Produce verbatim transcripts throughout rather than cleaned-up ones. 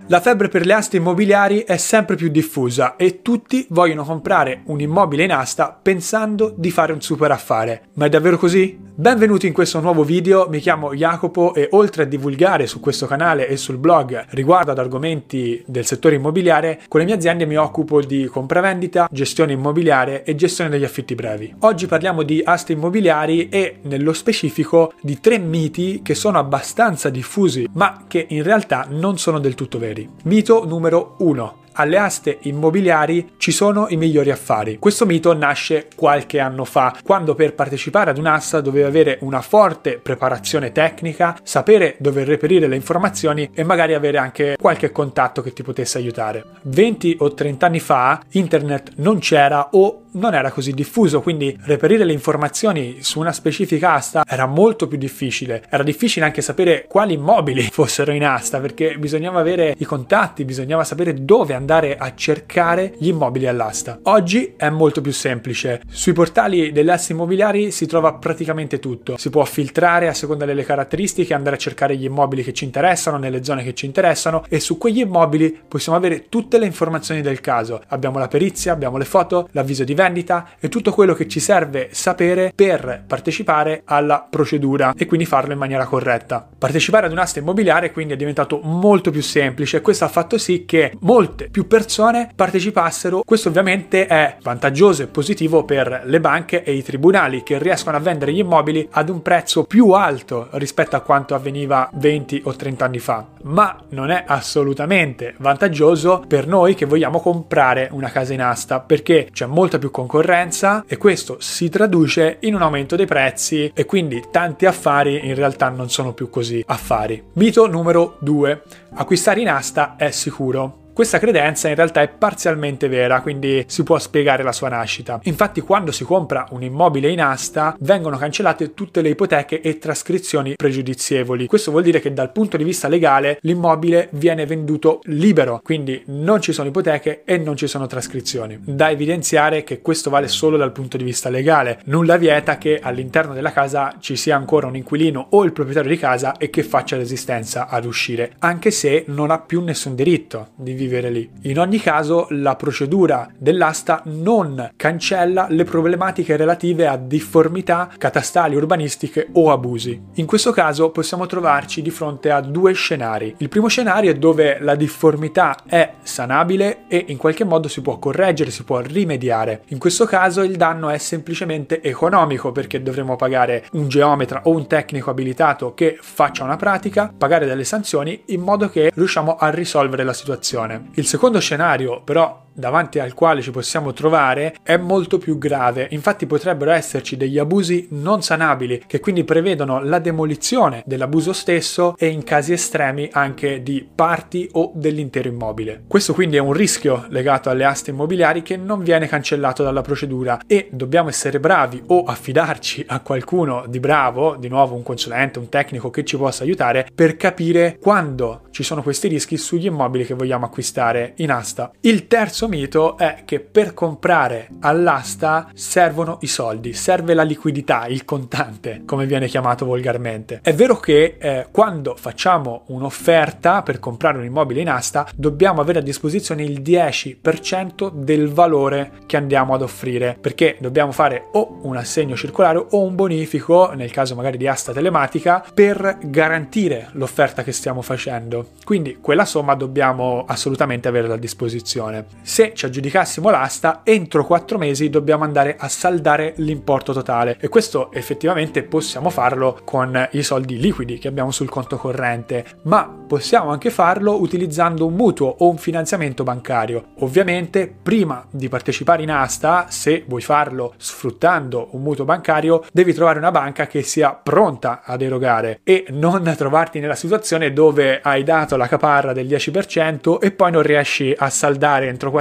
La febbre per le aste immobiliari è sempre più diffusa e tutti vogliono comprare un immobile in asta pensando di fare un super affare. Ma è davvero così? Benvenuti in questo nuovo video, mi chiamo Jacopo e oltre a divulgare su questo canale e sul blog riguardo ad argomenti del settore immobiliare, con le mie aziende mi occupo di compravendita, gestione immobiliare e gestione degli affitti brevi. Oggi parliamo di aste immobiliari e nello specifico di tre miti che sono abbastanza diffusi ma che in realtà non sono del tutto veri. Mito numero uno. Alle aste immobiliari ci sono i migliori affari. Questo mito nasce qualche anno fa, quando per partecipare ad un'asta dovevi avere una forte preparazione tecnica, sapere dove reperire le informazioni e magari avere anche qualche contatto che ti potesse aiutare. venti o trenta anni fa internet non c'era o non era così diffuso, quindi reperire le informazioni su una specifica asta era molto più difficile. Era difficile anche sapere quali immobili fossero in asta, perché bisognava avere i contatti, bisognava sapere dove andare a cercare gli immobili all'asta. Oggi è molto più semplice. Sui portali delle aste immobiliari si trova praticamente tutto. Si può filtrare a seconda delle caratteristiche, andare a cercare gli immobili che ci interessano, nelle zone che ci interessano, e su quegli immobili possiamo avere tutte le informazioni del caso. Abbiamo la perizia, abbiamo le foto, l'avviso di vendita e tutto quello che ci serve sapere per partecipare alla procedura e quindi farlo in maniera corretta. Partecipare ad un'asta immobiliare quindi è diventato molto più semplice e questo ha fatto sì che molte più persone partecipassero. Questo ovviamente è vantaggioso e positivo per le banche e i tribunali, che riescono a vendere gli immobili ad un prezzo più alto rispetto a quanto avveniva venti o trenta anni fa, ma non è assolutamente vantaggioso per noi che vogliamo comprare una casa in asta, perché c'è molta più concorrenza e questo si traduce in un aumento dei prezzi e quindi tanti affari in realtà non sono più così affari. Mito numero due. Acquistare in asta è sicuro. Questa credenza in realtà è parzialmente vera, quindi si può spiegare la sua nascita. Infatti, quando si compra un immobile in asta, vengono cancellate tutte le ipoteche e trascrizioni pregiudizievoli. Questo vuol dire che dal punto di vista legale l'immobile viene venduto libero, quindi non ci sono ipoteche e non ci sono trascrizioni. Da evidenziare che questo vale solo dal punto di vista legale. Nulla vieta che all'interno della casa ci sia ancora un inquilino o il proprietario di casa e che faccia resistenza ad uscire, anche se non ha più nessun diritto di vivere lì. In ogni caso, la procedura dell'asta non cancella le problematiche relative a difformità catastali, urbanistiche o abusi. In questo caso possiamo trovarci di fronte a due scenari. Il primo scenario è dove la difformità è sanabile e in qualche modo si può correggere, si può rimediare. In questo caso il danno è semplicemente economico, perché dovremo pagare un geometra o un tecnico abilitato che faccia una pratica, pagare delle sanzioni in modo che riusciamo a risolvere la situazione. Il secondo scenario, però, davanti al quale ci possiamo trovare è molto più grave. Infatti potrebbero esserci degli abusi non sanabili che quindi prevedono la demolizione dell'abuso stesso e in casi estremi anche di parti o dell'intero immobile. Questo quindi è un rischio legato alle aste immobiliari che non viene cancellato dalla procedura e dobbiamo essere bravi o affidarci a qualcuno di bravo, di nuovo un consulente, un tecnico che ci possa aiutare per capire quando ci sono questi rischi sugli immobili che vogliamo acquistare in asta. Il terzo mito è che per comprare all'asta servono i soldi, serve la liquidità, il contante, come viene chiamato volgarmente. È vero che eh, quando facciamo un'offerta per comprare un immobile in asta dobbiamo avere a disposizione il dieci per cento del valore che andiamo ad offrire, perché dobbiamo fare o un assegno circolare o un bonifico, nel caso magari di asta telematica, per garantire l'offerta che stiamo facendo. Quindi quella somma dobbiamo assolutamente avere a disposizione. Se ci aggiudicassimo l'asta, entro quattro mesi dobbiamo andare a saldare l'importo totale e questo effettivamente possiamo farlo con i soldi liquidi che abbiamo sul conto corrente, ma possiamo anche farlo utilizzando un mutuo o un finanziamento bancario. Ovviamente prima di partecipare in asta, se vuoi farlo sfruttando un mutuo bancario, devi trovare una banca che sia pronta ad erogare e non trovarti nella situazione dove hai dato la caparra del dieci per cento e poi non riesci a saldare entro quattro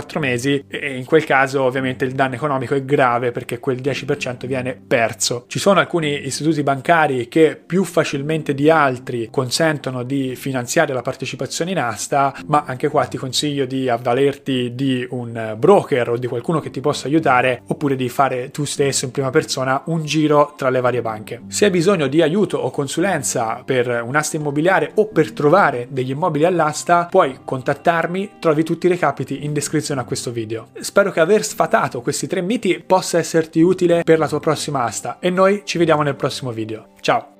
quattro mesi, e in quel caso ovviamente il danno economico è grave perché quel dieci per cento viene perso. Ci sono alcuni istituti bancari che più facilmente di altri consentono di finanziare la partecipazione in asta, ma anche qua ti consiglio di avvalerti di un broker o di qualcuno che ti possa aiutare, oppure di fare tu stesso in prima persona un giro tra le varie banche. Se hai bisogno di aiuto o consulenza per un'asta immobiliare o per trovare degli immobili all'asta, puoi contattarmi, trovi tutti i recapiti in descrizione a questo video. Spero che aver sfatato questi tre miti possa esserti utile per la tua prossima asta e noi ci vediamo nel prossimo video. Ciao!